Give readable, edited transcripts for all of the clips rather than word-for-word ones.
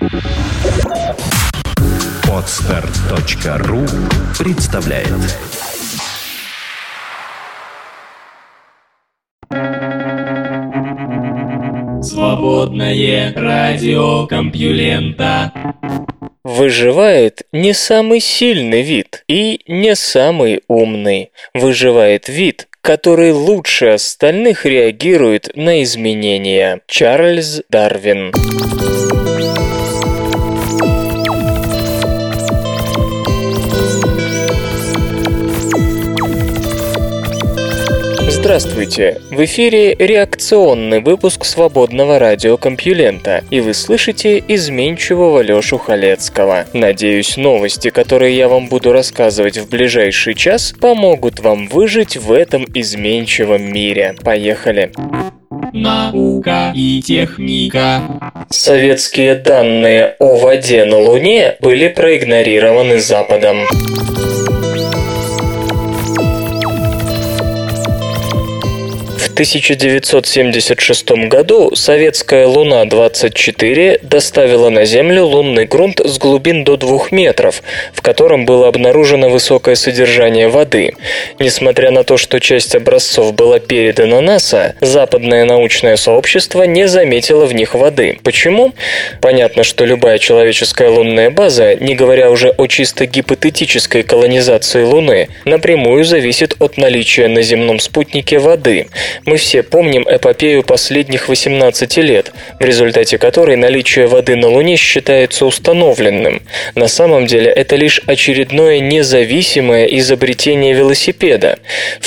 Podster.ru представляет. Свободное радио Компьюлента. Выживает не самый сильный вид и не самый умный. Выживает вид, который лучше остальных реагирует на изменения. Чарльз Дарвин. Здравствуйте! В эфире реакционный выпуск свободного радио Компьюлента, и вы слышите изменчивого Лёшу Халецкого. Надеюсь, новости, которые я вам буду рассказывать в ближайший час, помогут вам выжить в этом изменчивом мире. Поехали! Наука и техника. Советские данные о воде на Луне были проигнорированы Западом. В 1976 году советская Луна-24 доставила на Землю лунный грунт с глубин до 2 метров, в котором было обнаружено высокое содержание воды. Несмотря на то, что часть образцов была передана НАСА, западное научное сообщество не заметило в них воды. Почему? Понятно, что любая человеческая лунная база, не говоря уже о чисто гипотетической колонизации Луны, напрямую зависит от наличия на земном спутнике воды. Мы все помним эпопею последних 18 лет, в результате которой наличие воды на Луне считается установленным. На самом деле это лишь очередное независимое изобретение велосипеда. В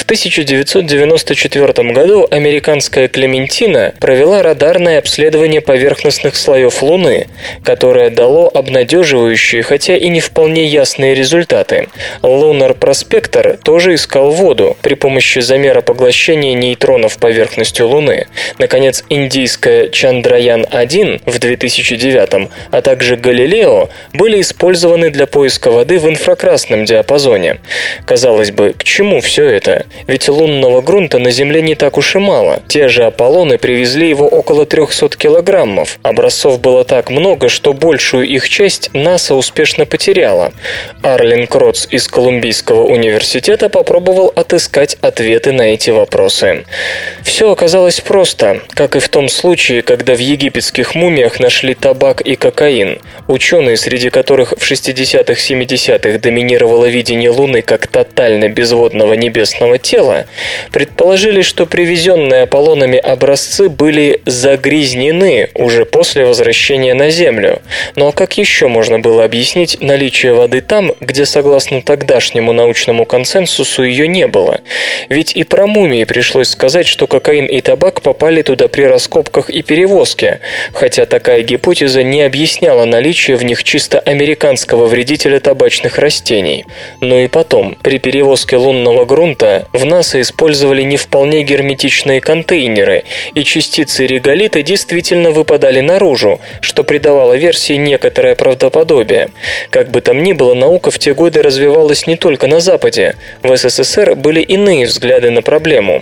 1994 году американская Клементина провела радарное обследование поверхностных слоев Луны, которое дало обнадеживающие, хотя и не вполне ясные результаты. Lunar Prospector тоже искал воду при помощи замера поглощения нейтронов поверхностью Луны. Наконец, индийская Чандраян-1 в 2009, а также Галилео были использованы для поиска воды в инфракрасном диапазоне. Казалось бы, к чему все это? Ведь лунного грунта на Земле не так уж и мало. Те же Аполлоны привезли его около 300 килограммов. Образцов было так много, что большую их часть НАСА успешно потеряла. Арлин Кроц из Колумбийского университета попробовал отыскать ответы на эти вопросы. Все оказалось просто, как и в том случае, когда в египетских мумиях нашли табак и кокаин. Ученые, среди которых в 60-70-х доминировало видение Луны как тотально безводного небесного тела, предположили, что привезенные Аполлонами образцы были загрязнены уже после возвращения на Землю. Ну а как еще можно было объяснить наличие воды там, где, согласно тогдашнему научному консенсусу, ее не было? Ведь и про мумии пришлось сказать, что кокаин и табак попали туда при раскопках и перевозке, хотя такая гипотеза не объясняла наличие в них чисто американского вредителя табачных растений. Но и потом, при перевозке лунного грунта в НАСА использовали не вполне герметичные контейнеры, и частицы реголита действительно выпадали наружу, что придавало версии некоторое правдоподобие. Как бы там ни было, наука в те годы развивалась не только на Западе. В СССР были иные взгляды на проблему.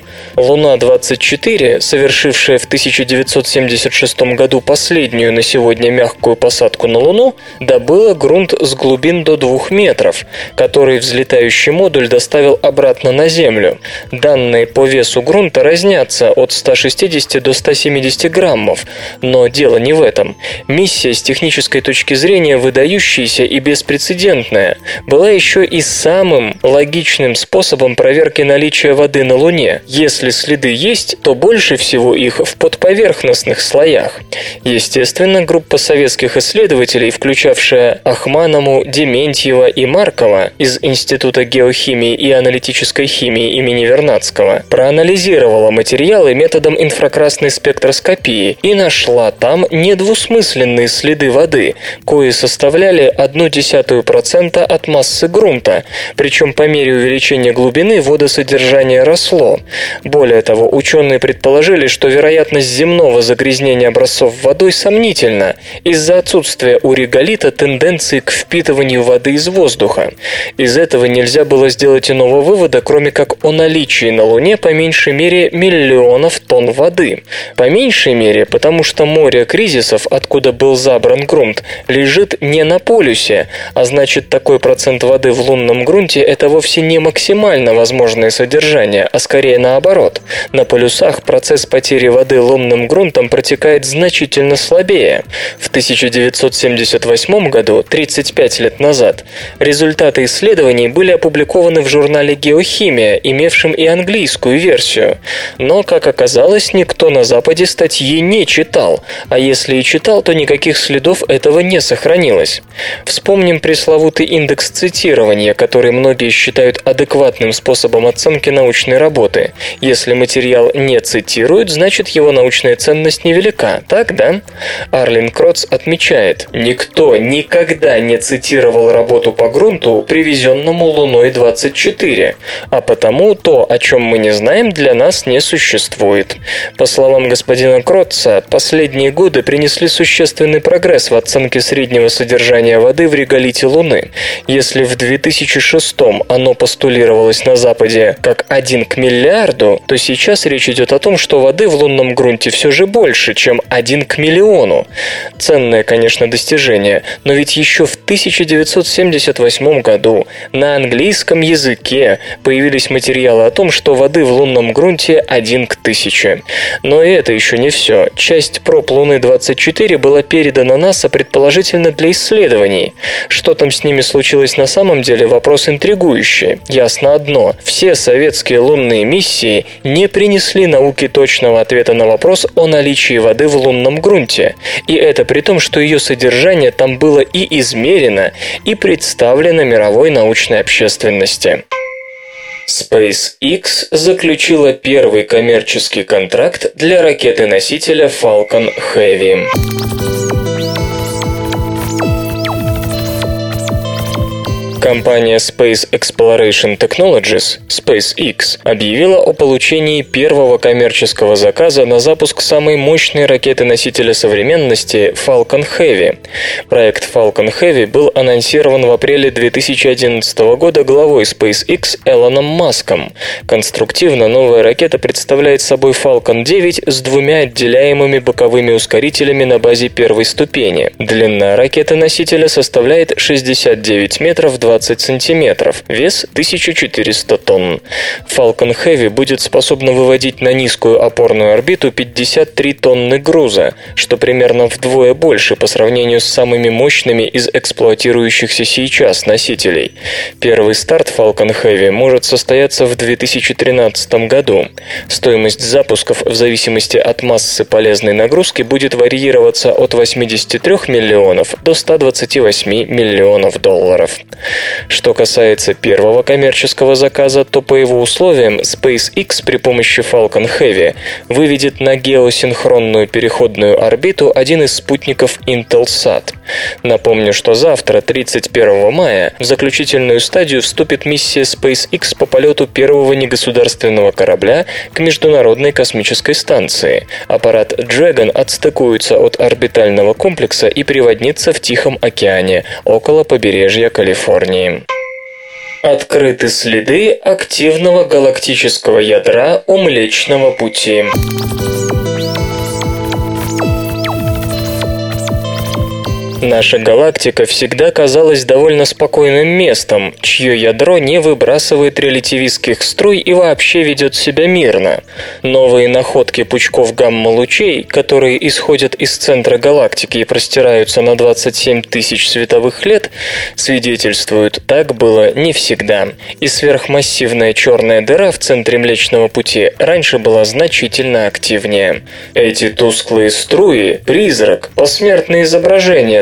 Луна-24, совершившая в 1976 году последнюю на сегодня мягкую посадку на Луну, добыла грунт с глубин до 2 метров, который взлетающий модуль доставил обратно на Землю. Данные по весу грунта разнятся от 160 до 170 граммов, но дело не в этом. Миссия с технической точки зрения выдающаяся и беспрецедентная была еще и самым логичным способом проверки наличия воды на Луне. Если следы есть, то больше всего их в подповерхностных слоях. Естественно, группа советских исследователей, включавшая Ахманову, Дементьева и Маркова из Института геохимии и аналитической химии имени Вернадского, проанализировала материалы методом инфракрасной спектроскопии и нашла там недвусмысленные следы воды, кои составляли 0,1% от массы грунта, причем по мере увеличения глубины водосодержание росло. Более того, того, ученые предположили, что вероятность земного загрязнения образцов водой сомнительна из-за отсутствия у реголита тенденции к впитыванию воды из воздуха. Из этого нельзя было сделать иного вывода, кроме как о наличии на Луне по меньшей мере миллионов тонн воды. По меньшей мере, потому что море кризисов, откуда был забран грунт, лежит не на полюсе, а значит, такой процент воды в лунном грунте – это вовсе не максимально возможное содержание, а скорее наоборот. На полюсах процесс потери воды лунным грунтом протекает значительно слабее. В 1978 году, 35 лет назад, результаты исследований были опубликованы в журнале «Геохимия», имевшем и английскую версию. Но, как оказалось, никто на Западе статьи не читал, а если и читал, то никаких следов этого не сохранилось. Вспомним пресловутый индекс цитирования, который многие считают адекватным способом оценки научной работы. Если материал не цитируют, значит его научная ценность невелика, так, да? Арлин Кроц отмечает, никто никогда не цитировал работу по грунту, привезенному Луной-24, а потому то, о чем мы не знаем, для нас не существует. По словам господина Кротца, последние годы принесли существенный прогресс в оценке среднего содержания воды в реголите Луны. Если в 2006-м оно постулировалось на Западе как 1 к миллиарду, то сейчас речь идет о том, что воды в лунном грунте все же больше, чем 1 к миллиону. Ценное, конечно, достижение, но ведь еще в 1978 году на английском языке появились материалы о том, что воды в лунном грунте 1 к 1000. Но и это еще не все. Часть проб Луны-24 была передана НАСА предположительно для исследований. Что там с ними случилось на самом деле, вопрос интригующий. Ясно одно. Все советские лунные миссии не принесли науке точного ответа на вопрос о наличии воды в лунном грунте. И это при том, что ее содержание там было и измерено, и представлено мировой научной общественности. SpaceX заключила первый коммерческий контракт для ракеты-носителя Falcon Heavy. Компания Space Exploration Technologies, SpaceX, объявила о получении первого коммерческого заказа на запуск самой мощной ракеты-носителя современности Falcon Heavy. Проект Falcon Heavy был анонсирован в апреле 2011 года главой SpaceX Элоном Маском. Конструктивно новая ракета представляет собой Falcon 9 с двумя отделяемыми боковыми ускорителями на базе первой ступени. Длина ракеты-носителя составляет 69 метров 20 сантиметров, вес 1400 тонн. Falcon Heavy будет способна выводить на низкую опорную орбиту 53 тонны груза, что примерно вдвое больше по сравнению с самыми мощными из эксплуатирующихся сейчас носителей. Первый старт Falcon Heavy может состояться в 2013 году. Стоимость запусков в зависимости от массы полезной нагрузки будет варьироваться от 83 миллионов до 128 миллионов долларов. Что касается первого коммерческого заказа, то по его условиям SpaceX при помощи Falcon Heavy выведет на геосинхронную переходную орбиту один из спутников Intelsat. Напомню, что завтра, 31 мая, в заключительную стадию вступит миссия SpaceX по полету первого негосударственного корабля к Международной космической станции. Аппарат Dragon отстыкуется от орбитального комплекса и приводнится в Тихом океане, около побережья Калифорнии. Открыты следы активного галактического ядра у Млечного Пути. Наша галактика всегда казалась довольно спокойным местом, чье ядро не выбрасывает релятивистских струй и вообще ведет себя мирно. Новые находки пучков гамма-лучей, которые исходят из центра галактики и простираются на 27 тысяч световых лет, свидетельствуют, так было не всегда. И сверхмассивная черная дыра в центре Млечного Пути раньше была значительно активнее. Эти тусклые струи – призрак, посмертное изображение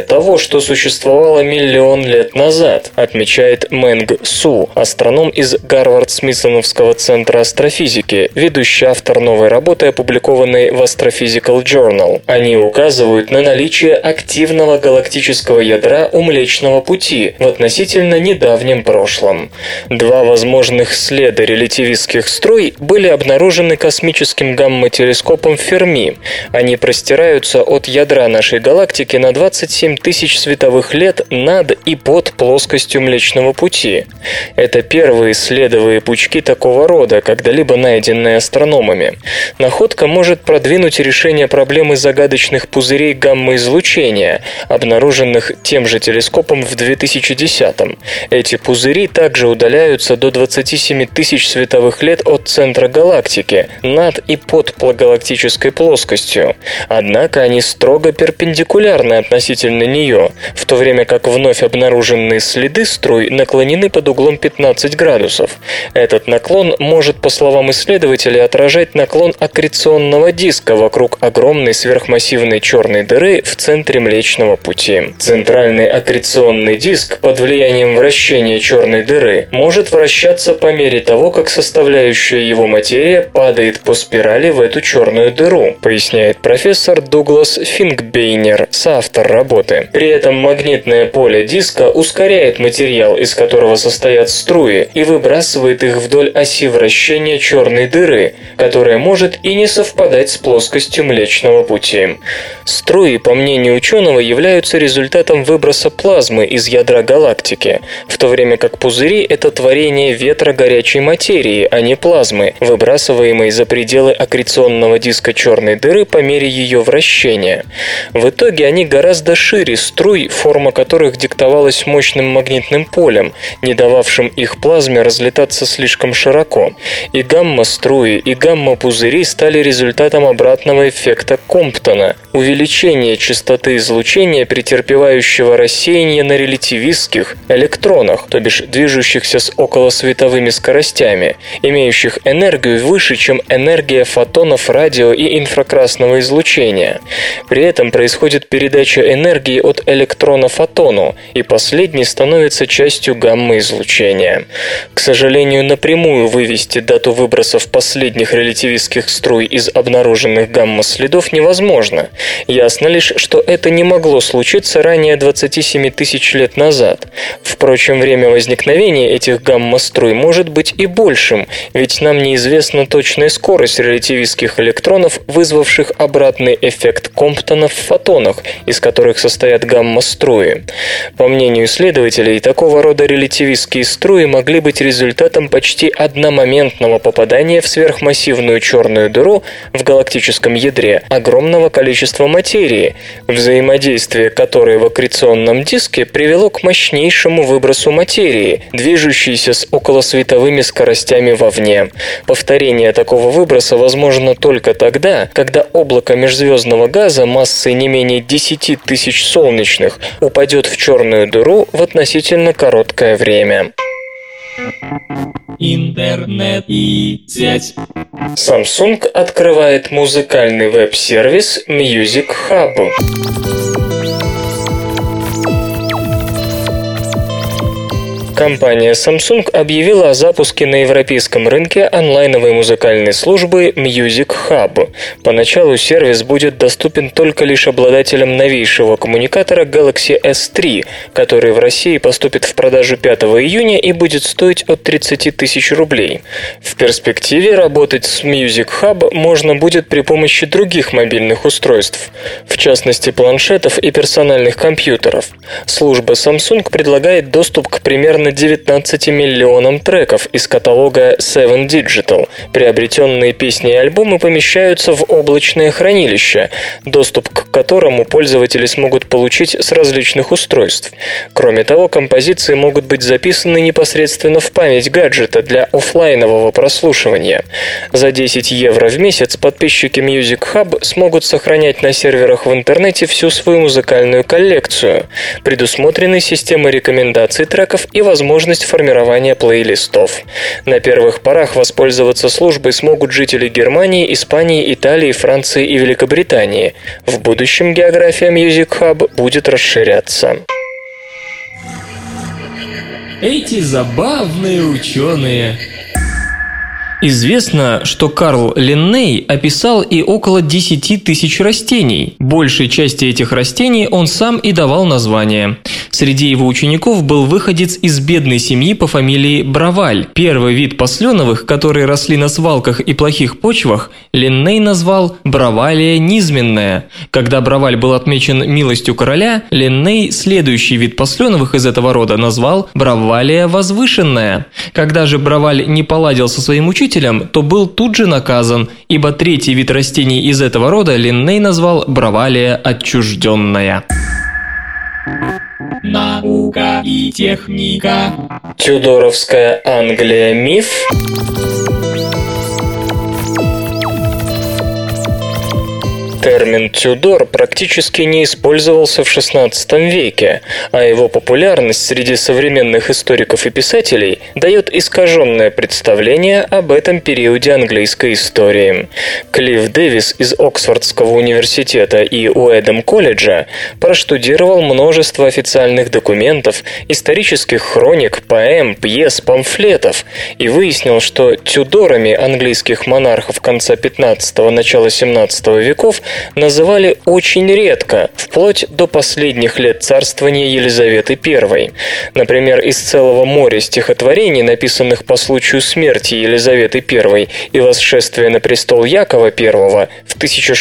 того, что существовало миллион лет назад, отмечает Мэнг Су, астроном из Гарвард-Смитсоновского центра астрофизики, ведущий автор новой работы, опубликованной в Astrophysical Journal. Они указывают на наличие активного галактического ядра у Млечного Пути в относительно недавнем прошлом. Два возможных следа релятивистских струй были обнаружены космическим гамма-телескопом Ферми. Они простираются от ядра нашей галактики на 27 тысяч световых лет над и под плоскостью Млечного Пути. Это первые следовые пучки такого рода, когда-либо найденные астрономами. Находка может продвинуть решение проблемы загадочных пузырей гамма-излучения, обнаруженных тем же телескопом в 2010-м. Эти пузыри также удаляются до 27 тысяч световых лет от центра галактики, над и под галактической плоскостью. Однако они строго перпендикулярны относительно нее, в то время как вновь обнаруженные следы струй наклонены под углом 15 градусов. Этот наклон может, по словам исследователей, отражать наклон аккреционного диска вокруг огромной сверхмассивной черной дыры в центре Млечного Пути. Центральный аккреционный диск под влиянием вращения черной дыры может вращаться по мере того, как составляющая его материя падает по спирали в эту черную дыру, поясняет профессор Дуглас Фингбейнер, соавтор работы. При этом магнитное поле диска ускоряет материал, из которого состоят струи, и выбрасывает их вдоль оси вращения черной дыры, которая может и не совпадать с плоскостью Млечного Пути. Струи, по мнению ученого, являются результатом выброса плазмы из ядра галактики, в то время как пузыри – это творение ветра горячей материи, а не плазмы, выбрасываемой за пределы аккреционного диска черной дыры по мере ее вращения. В итоге они гораздо шире струй, форма которых диктовалась мощным магнитным полем, не дававшим их плазме разлетаться слишком широко. И гамма-струи, и гамма-пузыри стали результатом обратного эффекта Комптона – увеличение частоты излучения, претерпевающего рассеяние на релятивистских электронах, то бишь движущихся с околосветовыми скоростями, имеющих энергию выше, чем энергия фотонов радио- и инфракрасного излучения. При этом происходит передача энергии от электрона фотону, и последний становится частью гамма-излучения. К сожалению, напрямую вывести дату выбросов последних релятивистских струй из обнаруженных гамма-следов невозможно. Ясно лишь, что это не могло случиться ранее 27 тысяч лет назад. Впрочем, время возникновения этих гамма-струй может быть и большим, ведь нам неизвестна точная скорость релятивистских электронов, вызвавших обратный эффект Комптона в фотонах, из которых состоят гамма-струи. По мнению исследователей, такого рода релятивистские струи могли быть результатом почти одномоментного попадания в сверхмассивную черную дыру в галактическом ядре огромного количества материи, взаимодействие которой в аккреционном диске привело к мощнейшему выбросу материи, движущейся с околосветовыми скоростями вовне. Повторение такого выброса возможно только тогда, когда облако межзвездного газа массой не менее 10 тысяч солнечных упадет в черную дыру в относительно короткое время. Интернет и сеть. Samsung открывает музыкальный веб-сервис Music Hub. Компания Samsung объявила о запуске на европейском рынке онлайновой музыкальной службы Music Hub. Поначалу сервис будет доступен только лишь обладателям новейшего коммуникатора Galaxy S3, который в России поступит в продажу 5 июня и будет стоить от 30 тысяч рублей. В перспективе работать с Music Hub можно будет при помощи других мобильных устройств, в частности планшетов и персональных компьютеров. Служба Samsung предлагает доступ к примерно 19 миллионам треков из каталога Seven Digital. Приобретенные песни и альбомы помещаются в облачное хранилище, доступ к которому пользователи смогут получить с различных устройств. Кроме того, композиции могут быть записаны непосредственно в память гаджета для офлайнового прослушивания. За 10 евро в месяц подписчики Music Hub смогут сохранять на серверах в интернете всю свою музыкальную коллекцию. Предусмотрены системы рекомендаций треков и возможности возможность формирования плейлистов. На первых порах воспользоваться службой смогут жители Германии, Испании, Италии, Франции и Великобритании. В будущем география Music Hub будет расширяться. Эти забавные ученые. Известно, что Карл Линней описал и около 10 тысяч растений. Большей части этих растений он сам и давал название. Среди его учеников был выходец из бедной семьи по фамилии Браваль. Первый вид посленовых, которые росли на свалках и плохих почвах, Линней назвал Бравалия низменная. Когда Браваль был отмечен милостью короля, Линней следующий вид посленовых из этого рода назвал Бравалия возвышенная. Когда же Браваль не поладил со своим учителем, то был тут же наказан, ибо третий вид растений из этого рода Линней назвал Бравалия отчужденная. Наука и техника. Тюдоровская Англия. Миф. Термин «Тюдор» практически не использовался в XVI веке, а его популярность среди современных историков и писателей дает искаженное представление об этом периоде английской истории. Клифф Дэвис из Оксфордского университета и Уэдом колледжа проштудировал множество официальных документов, исторических хроник, поэм, пьес, памфлетов и выяснил, что Тюдорами английских монархов конца XV – начала XVII веков называли очень редко, вплоть до последних лет царствования Елизаветы I. Например, из целого моря стихотворений, написанных по случаю смерти Елизаветы I и восшествия на престол Якова I в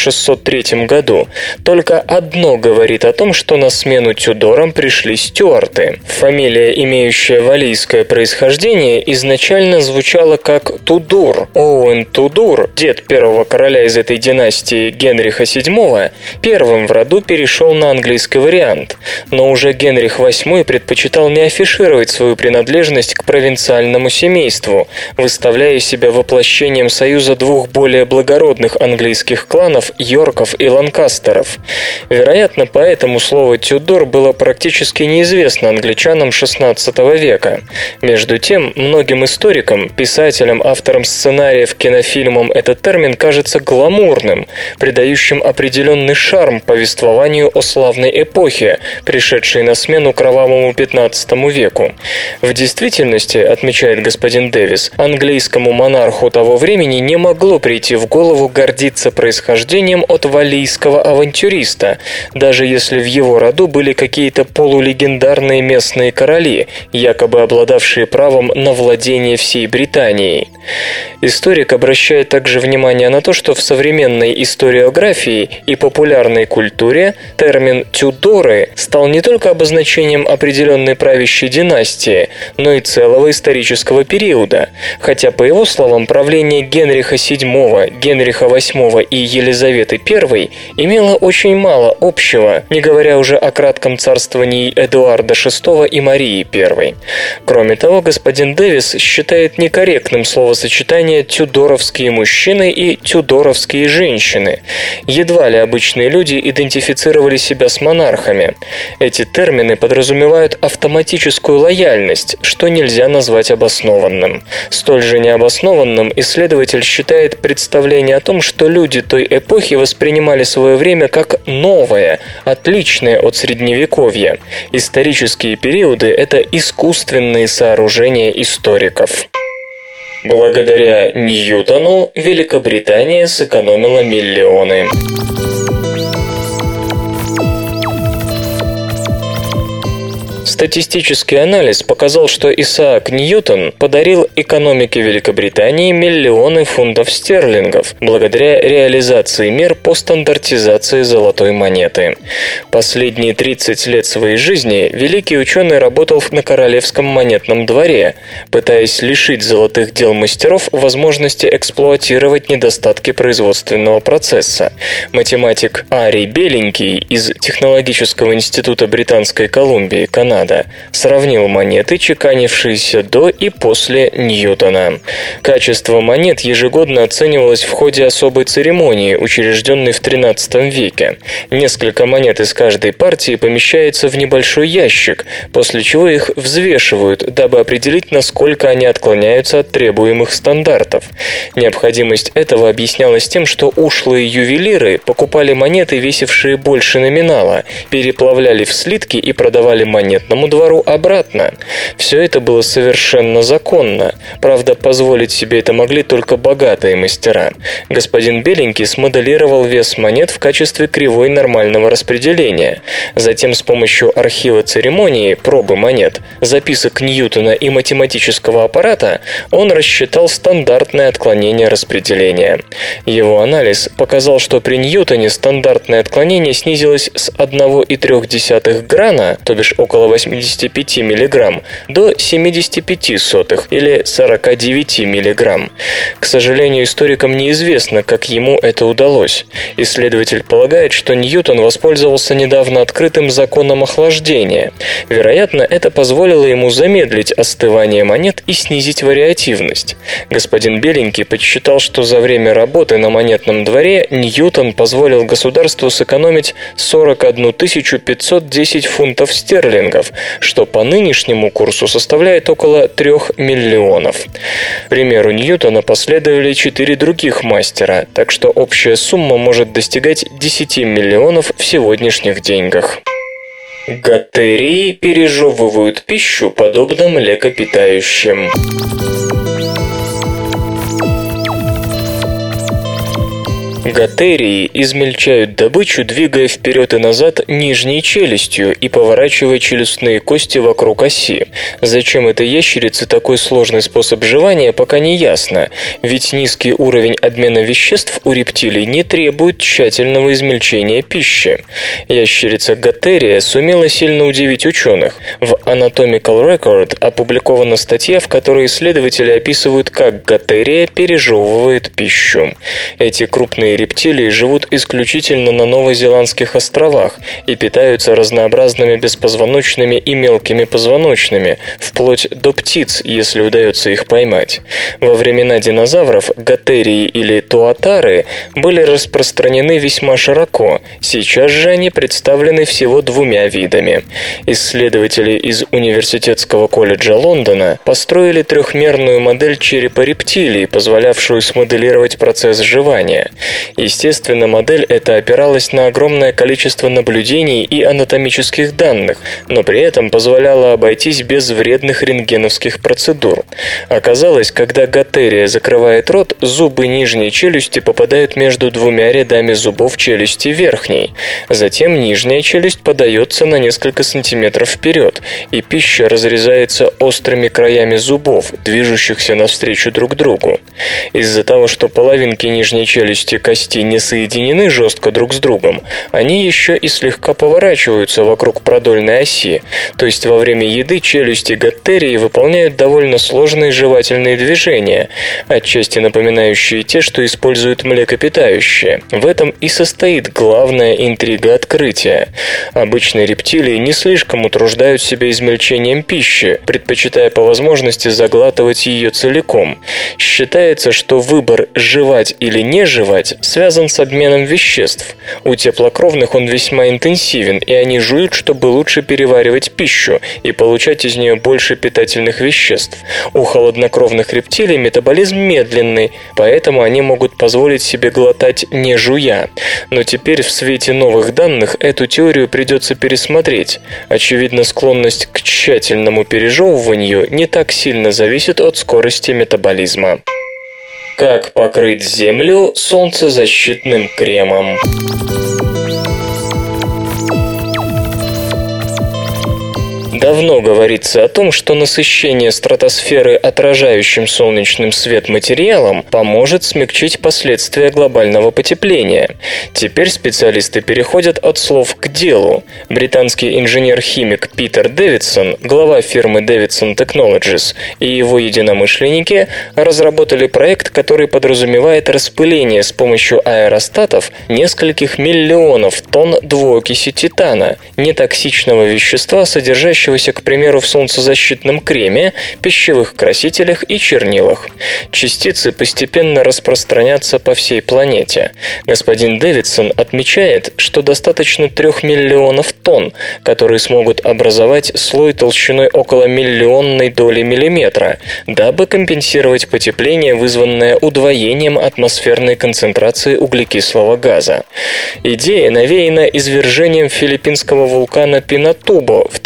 1603 году, только одно говорит о том, что на смену Тюдорам пришли стюарты. Фамилия, имеющая валлийское происхождение, изначально звучала как Тудур. Оуэн Тудур, дед первого короля из этой династии Генриха VII, первым в роду перешел на английский вариант, но уже Генрих VIII предпочитал не афишировать свою принадлежность к провинциальному семейству, выставляя себя воплощением союза двух более благородных английских кланов – Йорков и Ланкастеров. Вероятно, поэтому слово «Тюдор» было практически неизвестно англичанам XVI века. Между тем, многим историкам, писателям, авторам сценариев, кинофильмам этот термин кажется гламурным, придающим определенный шарм повествованию о славной эпохе, пришедшей на смену кровавому XV веку. В действительности, отмечает господин Дэвис, английскому монарху того времени не могло прийти в голову гордиться происхождением от валлийского авантюриста, даже если в его роду были какие-то полулегендарные местные короли, якобы обладавшие правом на владение всей Британией. Историк обращает также внимание на то, что в современной историографии и популярной культуре термин «Тюдоры» стал не только обозначением определенной правящей династии, но и целого исторического периода, хотя, по его словам, правление Генриха VII, Генриха VIII и Елизаветы I имело очень мало общего, не говоря уже о кратком царствовании Эдуарда VI и Марии I. Кроме того, господин Дэвис считает некорректным словосочетание «тюдоровские мужчины» и «тюдоровские женщины». Едва ли обычные люди идентифицировали себя с монархами. Эти термины подразумевают автоматическую лояльность, что нельзя назвать обоснованным. Столь же необоснованным исследователь считает представление о том, что люди той эпохи воспринимали свое время как новое, отличное от Средневековья. Исторические периоды – это искусственные сооружения историков. Благодаря Ньютону Великобритания сэкономила миллионы. Статистический анализ показал, что Исаак Ньютон подарил экономике Великобритании миллионы фунтов стерлингов благодаря реализации мер по стандартизации золотой монеты. Последние 30 лет своей жизни великий ученый работал на Королевском монетном дворе, пытаясь лишить золотых дел мастеров возможности эксплуатировать недостатки производственного процесса. Математик Арий Беленький из Технологического института Британской Колумбии, Канада, надо. Сравнил монеты, чеканившиеся до и после Ньютона. Качество монет ежегодно оценивалось в ходе особой церемонии, учрежденной в XIII веке. Несколько монет из каждой партии помещается в небольшой ящик, после чего их взвешивают, дабы определить, насколько они отклоняются от требуемых стандартов. Необходимость этого объяснялась тем, что ушлые ювелиры покупали монеты, весившие больше номинала, переплавляли в слитки и продавали монетному двору обратно. Все это было совершенно законно. Правда, позволить себе это могли только богатые мастера. Господин Беленький смоделировал вес монет в качестве кривой нормального распределения. Затем с помощью архива церемонии, пробы монет, записок Ньютона и математического аппарата он рассчитал стандартное отклонение распределения. Его анализ показал, что при Ньютоне стандартное отклонение снизилось с 1,3 грана, то бишь около 85 мг, до 75 сотых или 49 мг. К сожалению, историкам неизвестно, как ему это удалось. Исследователь полагает, что Ньютон воспользовался недавно открытым законом охлаждения. Вероятно, это позволило ему замедлить остывание монет и снизить вариативность. Господин Беленький подсчитал, что за время работы на монетном дворе Ньютон позволил государству сэкономить 41 510 фунтов стерлингов, что по нынешнему курсу составляет около 3 миллионов. Примеру Ньютона последовали 4 других мастера, так что общая сумма может достигать 10 миллионов в сегодняшних деньгах. Гаттерии пережевывают пищу, подобно млекопитающим. Гаттерии измельчают добычу, двигая вперед и назад нижней челюстью и поворачивая челюстные кости вокруг оси. Зачем этой ящерице такой сложный способ жевания, пока не ясно, ведь низкий уровень обмена веществ у рептилий не требует тщательного измельчения пищи. Ящерица Гаттерия сумела сильно удивить ученых. В Anatomical Record опубликована статья, в которой исследователи описывают, как Гаттерия пережевывает пищу. Эти крупные рептилии живут исключительно на Новозеландских островах и питаются разнообразными беспозвоночными и мелкими позвоночными, вплоть до птиц, если удается их поймать. Во времена динозавров гаттерии или туатары были распространены весьма широко, сейчас же они представлены всего 2 видами. Исследователи из Университетского колледжа Лондона построили 3-мерную модель черепа рептилии, позволявшую смоделировать процесс жевания. Естественно, модель эта опиралась на огромное количество наблюдений и анатомических данных, но при этом позволяла обойтись без вредных рентгеновских процедур. Оказалось, когда гаттерия закрывает рот, зубы нижней челюсти попадают между 2 рядами зубов челюсти верхней. Затем нижняя челюсть подается на несколько сантиметров вперед, и пища разрезается острыми краями зубов, движущихся навстречу друг другу. Из-за того, что половинки нижней челюсти кости не соединены жестко друг с другом, они еще и слегка поворачиваются вокруг продольной оси, то есть во время еды челюсти гаттерии выполняют довольно сложные жевательные движения, отчасти напоминающие те, что используют млекопитающие. В этом и состоит главная интрига открытия. Обычные рептилии не слишком утруждают себя измельчением пищи, предпочитая по возможности заглатывать ее целиком. Считается, что выбор жевать или не жевать связан с обменом веществ. У теплокровных он весьма интенсивен, и они жуют, чтобы лучше переваривать пищу и получать из нее больше питательных веществ. У холоднокровных рептилий метаболизм медленный, поэтому они могут позволить себе глотать не жуя. Но теперь в свете новых данных эту теорию придется пересмотреть. Очевидно, склонность к тщательному пережевыванию не так сильно зависит от скорости метаболизма. Как покрыть Землю солнцезащитным кремом? Давно говорится о том, что насыщение стратосферы отражающим солнечным свет материалом поможет смягчить последствия глобального потепления. Теперь специалисты переходят от слов к делу. Британский инженер-химик Питер Дэвидсон, глава фирмы Davidson Technologies, и его единомышленники разработали проект, который подразумевает распыление с помощью аэростатов нескольких миллионов тонн двуокиси титана, нетоксичного вещества, содержащего содержащегося, к примеру, в солнцезащитном креме, пищевых красителях и чернилах. Частицы постепенно распространятся по всей планете. Господин Дэвидсон отмечает, что достаточно 3 миллионов тонн, которые смогут образовать слой толщиной около миллионной доли миллиметра, дабы компенсировать потепление, вызванное удвоением атмосферной концентрации углекислого газа. Идея навеяна извержением филиппинского вулкана Пинатубо в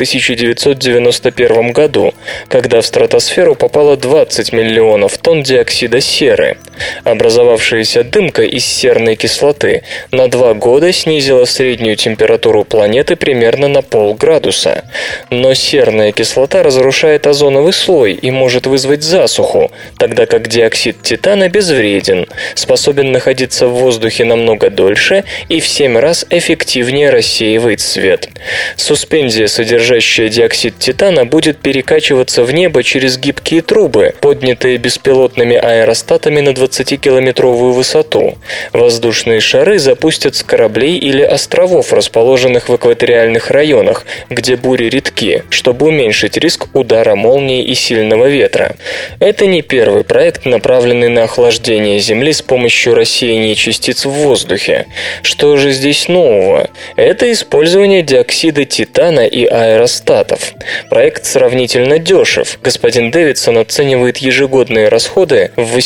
1991 году, когда в стратосферу попало 20 миллионов тонн диоксида серы. Образовавшаяся дымка из серной кислоты на 2 года снизила среднюю температуру планеты примерно на полградуса. Но серная кислота разрушает озоновый слой и может вызвать засуху, тогда как диоксид титана безвреден, способен находиться в воздухе намного дольше и в 7 раз эффективнее рассеивает свет. Суспензия, содержащая диоксид титана, будет перекачиваться в небо через гибкие трубы, поднятые беспилотными аэростатами на 20-километровую высоту. Воздушные шары запустят с кораблей или островов, расположенных в экваториальных районах, где бури редки, чтобы уменьшить риск удара молнии и сильного ветра. Это не первый проект, направленный на охлаждение Земли с помощью рассеяния частиц в воздухе. Что же здесь нового? Это использование диоксида титана и аэростатов. Проект сравнительно дешев. Господин Дэвидсон оценивает ежегодные расходы в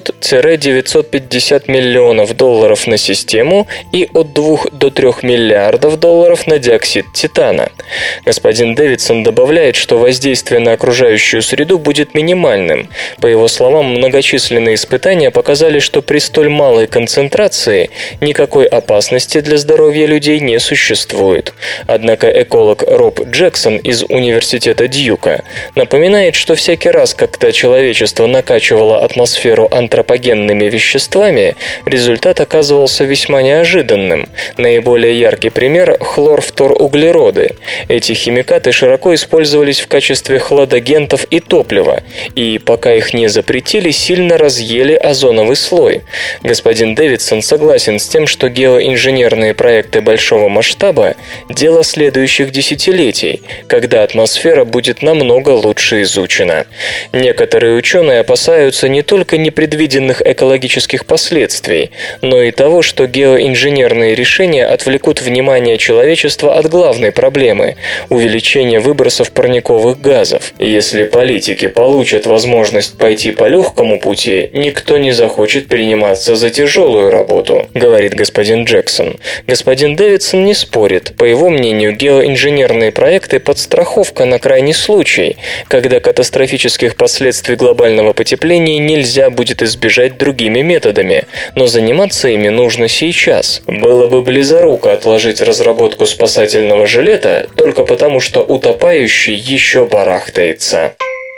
800-950 миллионов долларов на систему и от 2 до 3 миллиардов долларов на диоксид титана. Господин Дэвидсон добавляет, что воздействие на окружающую среду будет минимальным. По его словам, многочисленные испытания показали, что при столь малой концентрации никакой опасности для здоровья людей не существует. Однако эколог Роб Джексон из университета Дьюка напоминает, что всякий раз, когда человечество накачивало атмосферу антропогенными веществами, результат оказывался весьма неожиданным. Наиболее яркий пример – хлорфторуглероды. Эти химикаты широко использовались в качестве хладагентов и топлива, и пока их не запретили, сильно разъели озоновый слой. Господин Дэвидсон согласен с тем, что геоинженерные проекты большого масштаба – дело следующих десятилетий, когда атмосфера будет намного лучше изучена. Некоторые ученые опасаются не только непредвиденных экологических последствий, но и того, что геоинженерные решения отвлекут внимание человечества от главной проблемы – увеличения выбросов парниковых газов. Если политики получат возможность пойти по легкому пути, никто не захочет приниматься за тяжелую работу, говорит господин Джексон. Господин Дэвидсон не спорит. По его мнению, геоинженерные проекты – подстраховка на крайний случай, когда катастрофических последствий глобального потепления нельзя будет избежать другими методами, но заниматься ими нужно сейчас. Было бы близоруко отложить разработку спасательного жилета только потому, что утопающий еще барахтается.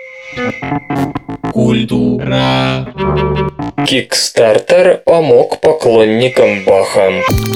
Культура. Kickstarter помог поклонникам Баха.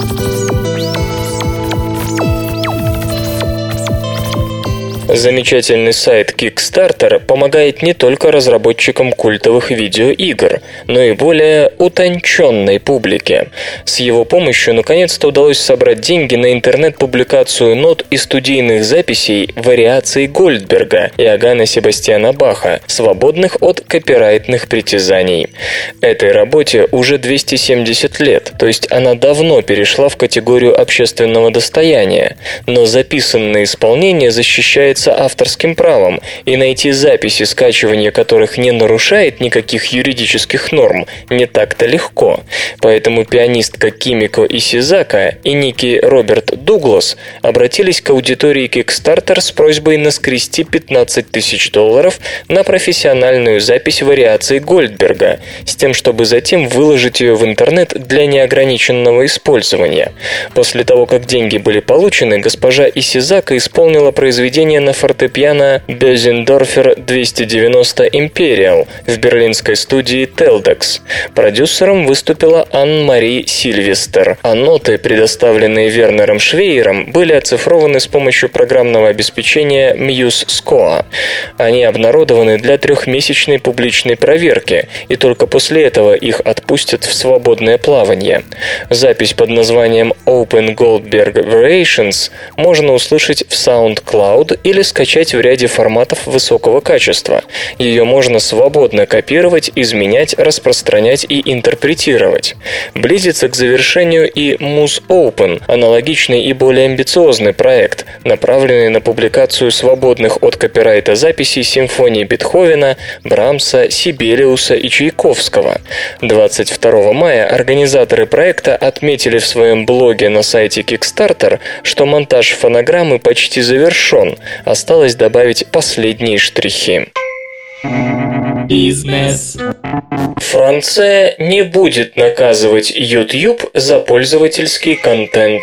Замечательный сайт Kickstarter помогает не только разработчикам культовых видеоигр, но и более утонченной публике. С его помощью наконец-то удалось собрать деньги на интернет-публикацию нот и студийных записей вариаций Гольдберга и Иоганна Себастьяна Баха, свободных от копирайтных притязаний. Этой работе уже 270 лет, то есть она давно перешла в категорию общественного достояния, но записанное исполнение защищается авторским правом, и найти записи, скачивания которых не нарушает никаких юридических норм, не так-то легко. Поэтому пианистка Кимико Исизака и некий Роберт Дуглас обратились к аудитории Kickstarter с просьбой наскрести $15 тысяч на профессиональную запись вариаций Гольдберга, с тем, чтобы затем выложить ее в интернет для неограниченного использования. После того, как деньги были получены, госпожа Исизака исполнила произведение на фортепиано Бёзендорфер 290 Imperial в берлинской студии Teldex. Продюсером выступила Анн-Мари Сильвестер, а ноты, предоставленные Вернером Швейером, были оцифрованы с помощью программного обеспечения Muse Score. Они обнародованы для 3-месячной публичной проверки, и только после этого их отпустят в свободное плавание. Запись под названием Open Goldberg Variations можно услышать в SoundCloud или или скачать в ряде форматов высокого качества. Ее можно свободно копировать, изменять, распространять и интерпретировать. Близится к завершению и Muse Open, аналогичный и более амбициозный проект, направленный на публикацию свободных от копирайта записей симфоний Бетховена, Брамса, Сибелиуса и Чайковского. 22 мая организаторы проекта отметили в своем блоге на сайте Kickstarter, что монтаж фонограммы почти завершен, осталось добавить последние штрихи. Бизнес. Франция не будет наказывать YouTube за пользовательский контент.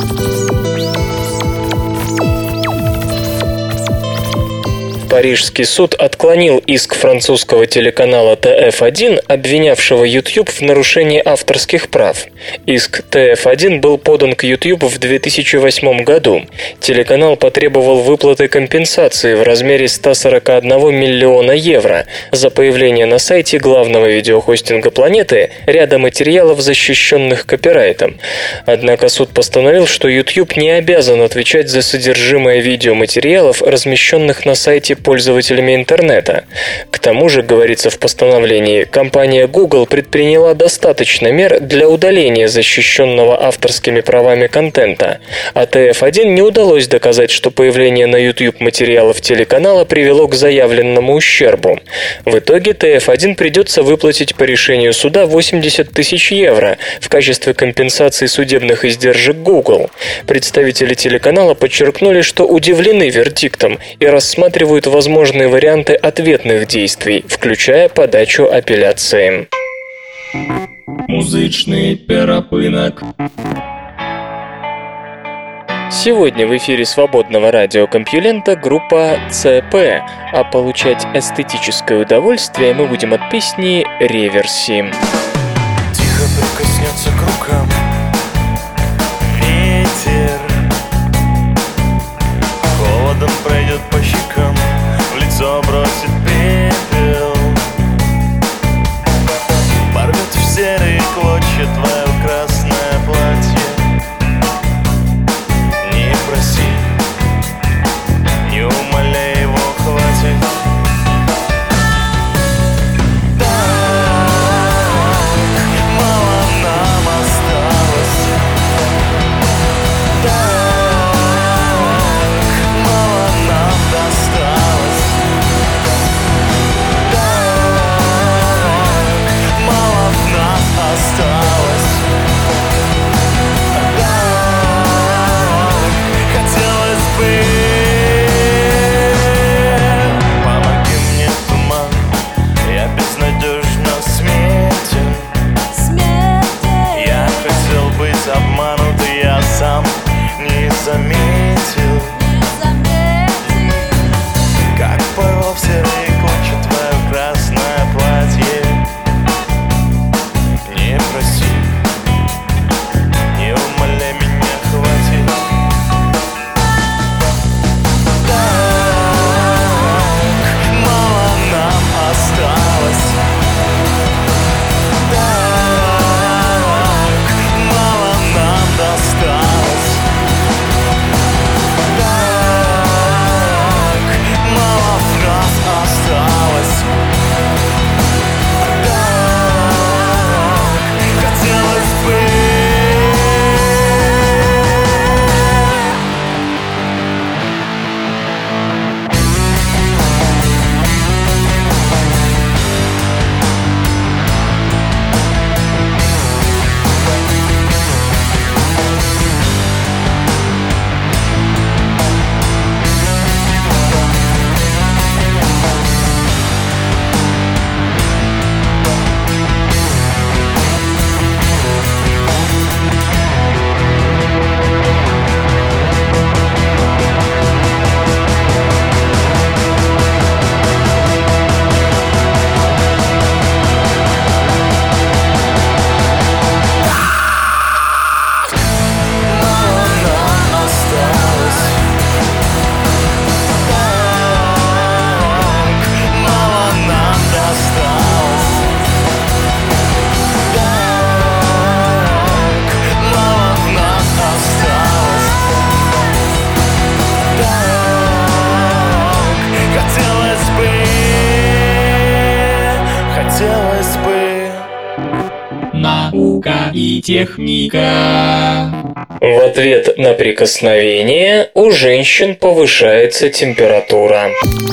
Парижский суд отклонил иск французского телеканала TF1, обвинявшего YouTube в нарушении авторских прав. Иск TF1 был подан к YouTube в 2008 году. Телеканал потребовал выплаты компенсации в размере 141 миллиона евро за появление на сайте главного видеохостинга планеты ряда материалов, защищенных копирайтом. Однако суд постановил, что YouTube не обязан отвечать за содержимое видеоматериалов, размещенных на сайте пользователями интернета. К тому же, говорится в постановлении, компания Google предприняла достаточно мер для удаления защищенного авторскими правами контента, а TF1 не удалось доказать, что появление на YouTube материалов телеканала привело к заявленному ущербу. В итоге TF1 придется выплатить по решению суда 80 тысяч евро в качестве компенсации судебных издержек Google. Представители телеканала подчеркнули, что удивлены вердиктом и рассматривают возможные варианты ответных действий, включая подачу апелляции. Музичний перепинок. Сегодня в эфире свободного радиокомпьюлента группа ЦП, а получать эстетическое удовольствие мы будем от песни «Реверси». Тихо прикоснется к рукам ветер, холодом пройдет по щекам, в лицо бросит пепел, порвет в серые клочья твое красное платье. Не проси, не умоляй его, хватит. Так мало нам и техника. В ответ на прикосновение у женщин повышается температура.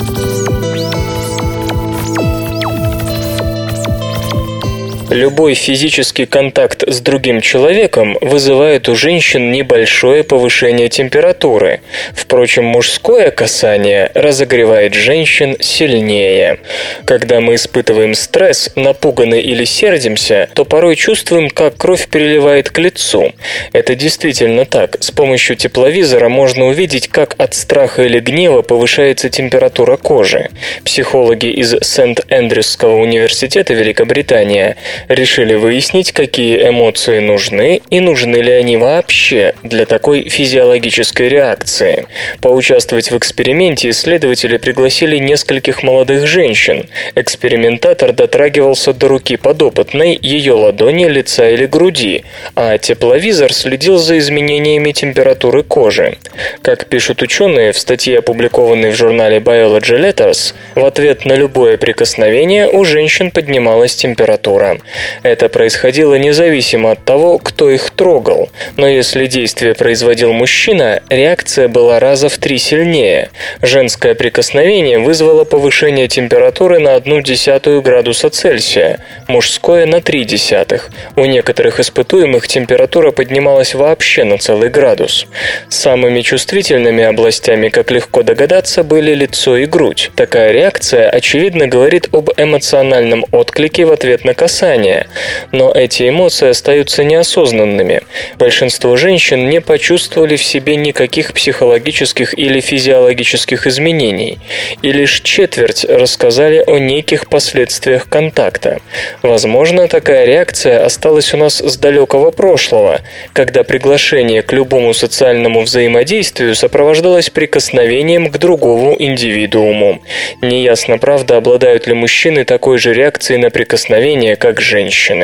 Любой физический контакт с другим человеком вызывает у женщин небольшое повышение температуры. Впрочем, мужское касание разогревает женщин сильнее. Когда мы испытываем стресс, напуганы или сердимся, то порой чувствуем, как кровь приливает к лицу. Это действительно так. С помощью тепловизора можно увидеть, как от страха или гнева повышается температура кожи. Психологи из Сент-Эндрюсского университета Великобритания решили выяснить, какие эмоции нужны и нужны ли они вообще для такой физиологической реакции. Поучаствовать в эксперименте исследователи пригласили нескольких молодых женщин. Экспериментатор дотрагивался до руки подопытной, ее ладони, лица или груди, а тепловизор следил за изменениями температуры кожи. Как пишут ученые в статье, опубликованной в журнале Biology Letters, в ответ на любое прикосновение у женщин поднималась температура. Это происходило независимо от того, кто их трогал. Но если действие производил мужчина, реакция была раза в 3 сильнее. Женское прикосновение вызвало повышение температуры на 0,1 градуса Цельсия, мужское на 0,3. У некоторых испытуемых температура поднималась вообще на целый градус. Самыми чувствительными областями, как легко догадаться, были лицо и грудь. Такая реакция, очевидно, говорит об эмоциональном отклике в ответ на касание. Но эти эмоции остаются неосознанными. Большинство женщин не почувствовали в себе никаких психологических или физиологических изменений, и лишь четверть рассказали о неких последствиях контакта. Возможно, такая реакция осталась у нас с далекого прошлого, когда приглашение к любому социальному взаимодействию сопровождалось прикосновением к другому индивидууму. Неясно, правда, обладают ли мужчины такой же реакцией на прикосновение, как женщины.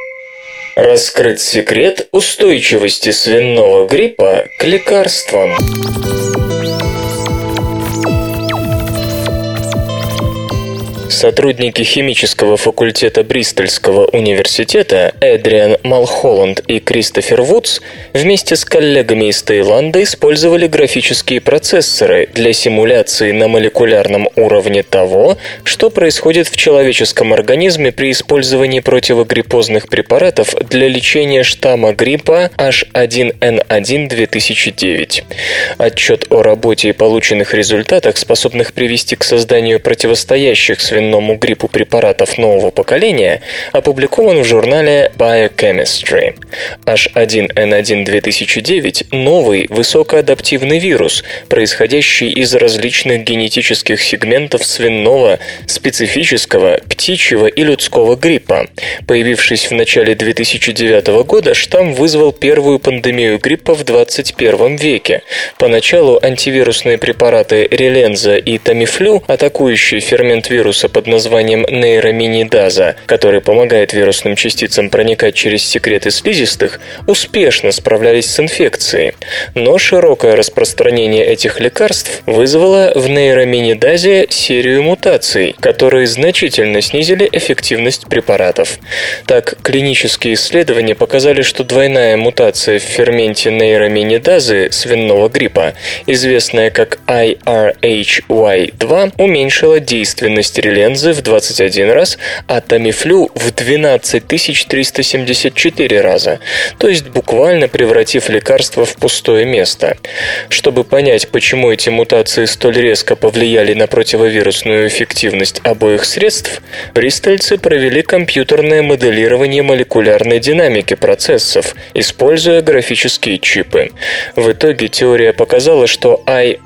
Раскрыт секрет устойчивости свиного гриппа к лекарствам. Сотрудники химического факультета Бристольского университета Эдриан Малхолланд и Кристофер Вудс вместе с коллегами из Таиланда использовали графические процессоры для симуляции на молекулярном уровне того, что происходит в человеческом организме при использовании противогриппозных препаратов для лечения штамма гриппа H1N1 2009. Отчет о работе и полученных результатах, способных привести к созданию противостоящих свиному гриппу препаратов нового поколения, опубликован в журнале Biochemistry. H1N1 2009 – новый высокоадаптивный вирус, происходящий из различных генетических сегментов свиного, специфического, птичьего и людского гриппа. Появившись в начале 2009 года, штамм вызвал первую пандемию гриппа в 21 веке. Поначалу антивирусные препараты Relenza и Tamiflu, атакующие фермент вируса под названием нейроминидаза, который помогает вирусным частицам проникать через секреты слизистых, успешно справлялись с инфекцией. Но широкое распространение этих лекарств вызвало в нейроминидазе серию мутаций, которые значительно снизили эффективность препаратов. Так, клинические исследования показали, что двойная мутация в ферменте нейроминидазы свиного гриппа, известная как IRHY2, уменьшила действенность Relenza в 21 раз, а Tamiflu в 12 374 раза, то есть буквально превратив лекарство в пустое место. Чтобы понять, почему эти мутации столь резко повлияли на противовирусную эффективность обоих средств, бристольцы провели компьютерное моделирование молекулярной динамики процессов, используя графические чипы. В итоге теория показала, что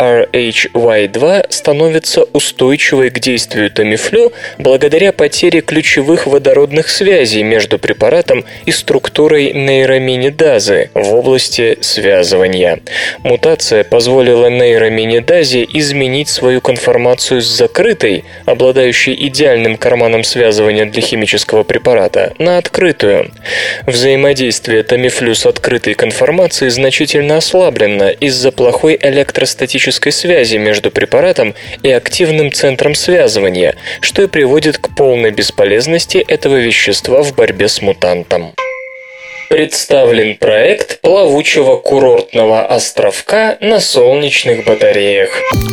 IRHY2 становится устойчивой к действию Tamiflu благодаря потере ключевых водородных связей между препаратом и структурой нейроминидазы в области связывания. Мутация позволила нейроминидазе изменить свою конформацию с закрытой, обладающей идеальным карманом связывания для химического препарата, на открытую. Взаимодействие Tamiflu с открытой конформацией значительно ослаблено из-за плохой электростатической связи между препаратом и активным центром связывания, что и приводит к полной бесполезности этого вещества в борьбе с мутантом. Представлен проект плавучего курортного островка на солнечных батареях.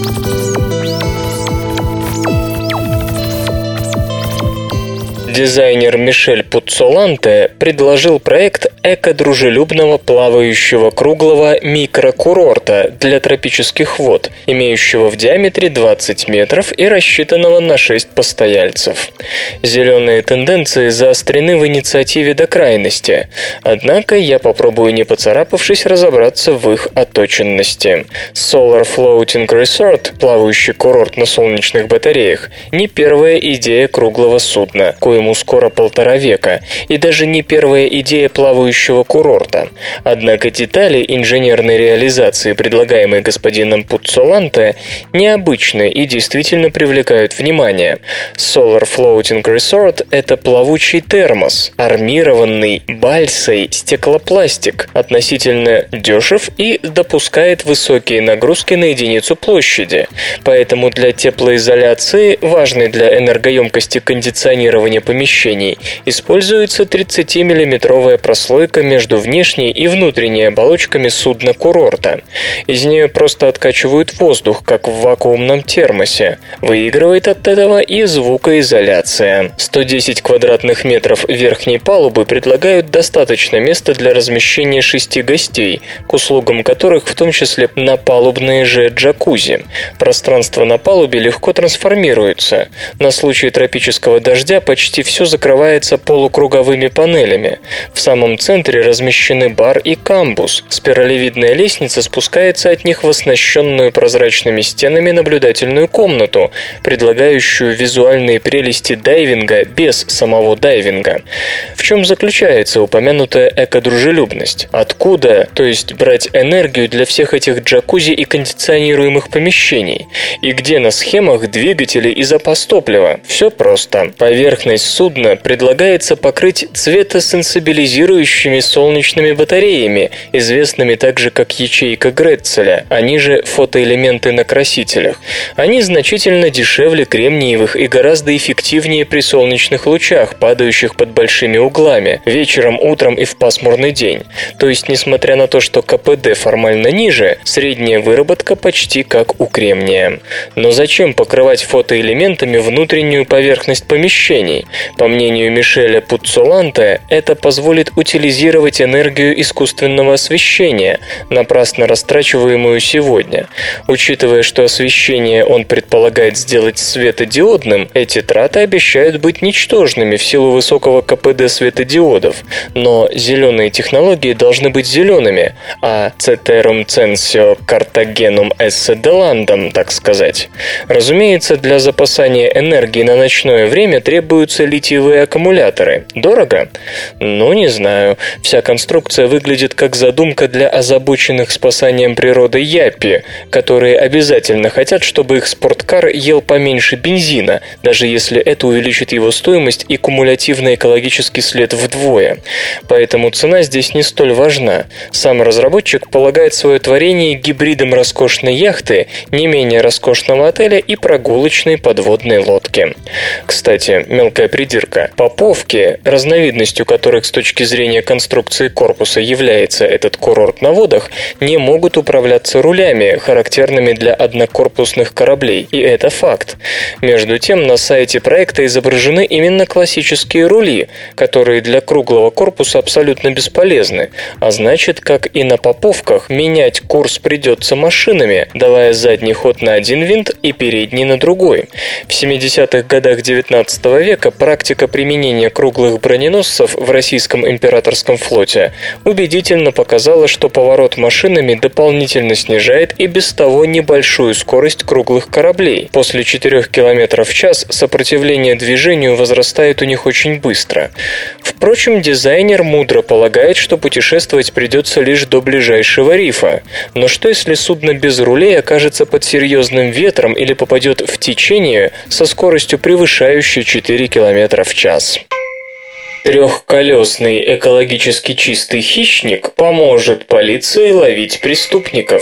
Дизайнер Мишель Пуццоланте предложил проект эко-дружелюбного плавающего круглого микрокурорта для тропических вод, имеющего в диаметре 20 метров и рассчитанного на 6 постояльцев. Зеленые тенденции заострены в инициативе до крайности, однако я попробую, не поцарапавшись, разобраться в их оточенности. Solar Floating Resort, плавающий курорт на солнечных батареях, не первая идея круглого судна, коему скоро 1,5 века, и даже не первая идея плавающего курорта. Однако детали инженерной реализации, предлагаемой господином Пуццоланте, необычны и действительно привлекают внимание. Solar Floating Resort – это плавучий термос, армированный бальсой стеклопластик, относительно дешев и допускает высокие нагрузки на единицу площади. Поэтому для теплоизоляции, важной для энергоемкости кондиционирования помещений, используется 30-миллиметровая прослойка между внешней и внутренней оболочками судна-курорта. Из нее просто откачивают воздух, как в вакуумном термосе. Выигрывает от этого и звукоизоляция. 110 квадратных метров верхней палубы предлагают достаточно места для размещения 6 гостей, к услугам которых в том числе напалубные же джакузи. Пространство на палубе легко трансформируется. На случай тропического дождя почти все закрывается полукруговыми панелями. В самом центре размещены бар и камбус. Спиралевидная лестница спускается от них в оснащенную прозрачными стенами наблюдательную комнату, предлагающую визуальные прелести дайвинга без самого дайвинга. В чем заключается упомянутая экодружелюбность? Откуда, то есть брать энергию для всех этих джакузи и кондиционируемых помещений? И где на схемах двигатели и запас топлива? Все просто. Поверхность судна предлагается покрыть цветосенсибилизирующими солнечными батареями, известными также как ячейка Гретцеля, они же фотоэлементы на красителях. Они значительно дешевле кремниевых и гораздо эффективнее при солнечных лучах, падающих под большими углами, вечером, утром и в пасмурный день. То есть, несмотря на то, что КПД формально ниже, средняя выработка почти как у кремния. Но зачем покрывать фотоэлементами внутреннюю поверхность помещений? По мнению Мишеля Пуццоланте, это позволит утилизировать энергию искусственного освещения, напрасно растрачиваемую сегодня. Учитывая, что освещение он предполагает сделать светодиодным, эти траты обещают быть ничтожными в силу высокого КПД светодиодов. Но зеленые технологии должны быть зелеными, а ceterum censeo Carthagenum esse delandum, так сказать. Разумеется, для запасания энергии на ночное время требуются литиевые аккумуляторы. Дорого? Ну, не знаю. Вся конструкция выглядит как задумка для озабоченных спасанием природы яппи, которые обязательно хотят, чтобы их спорткар ел поменьше бензина, даже если это увеличит его стоимость и кумулятивный экологический след вдвое. Поэтому цена здесь не столь важна. Сам разработчик полагает свое творение гибридом роскошной яхты, не менее роскошного отеля и прогулочной подводной лодки. Кстати, мелкая придирка. Поповки, разновидностью которых с точки зрения конструкции корпуса является этот курорт на водах, не могут управляться рулями, характерными для однокорпусных кораблей, и это факт. Между тем, на сайте проекта изображены именно классические рули, которые для круглого корпуса абсолютно бесполезны, а значит, как и на поповках, менять курс придется машинами, давая задний ход на один винт и передний на другой. В 70-х годах XIX века практика применения круглых броненосцев в российском императорском флоте убедительно показала, что поворот машинами дополнительно снижает и без того небольшую скорость круглых кораблей. После 4 км в час сопротивление движению возрастает у них очень быстро. Впрочем, дизайнер мудро полагает, что путешествовать придется лишь до ближайшего рифа. Но что если судно без рулей окажется под серьезным ветром или попадет в течение со скоростью превышающей 4 км в час? Трехколесный экологически чистый хищник поможет полиции ловить преступников.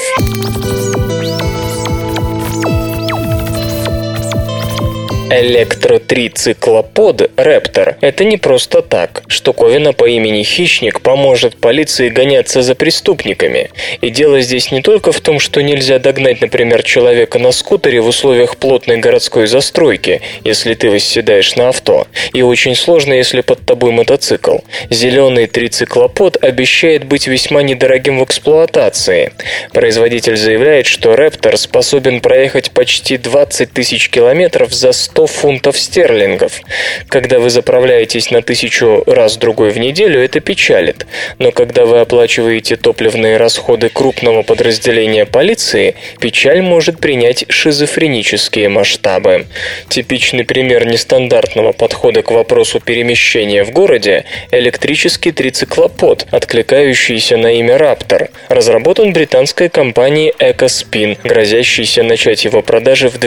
Электротрицеклопод Raptor – это не просто так. Штуковина по имени Хищник поможет полиции гоняться за преступниками. И дело здесь не только в том, что нельзя догнать, например, человека на скутере в условиях плотной городской застройки, если ты восседаешь на авто. И очень сложно, если под тобой мотоцикл. Зеленый трициклопод обещает быть весьма недорогим в эксплуатации. Производитель заявляет, что Raptor способен проехать почти 20 тысяч километров за 100 фунтов стерлингов. Когда вы заправляетесь на 1000 раз-другой в неделю, это печалит. Но когда вы оплачиваете топливные расходы крупного подразделения полиции, печаль может принять шизофренические масштабы. Типичный пример нестандартного подхода к вопросу перемещения в городе – электрический трициклопод, откликающийся на имя Raptor. Разработан британской компанией EcoSpin, грозящейся начать его продажи в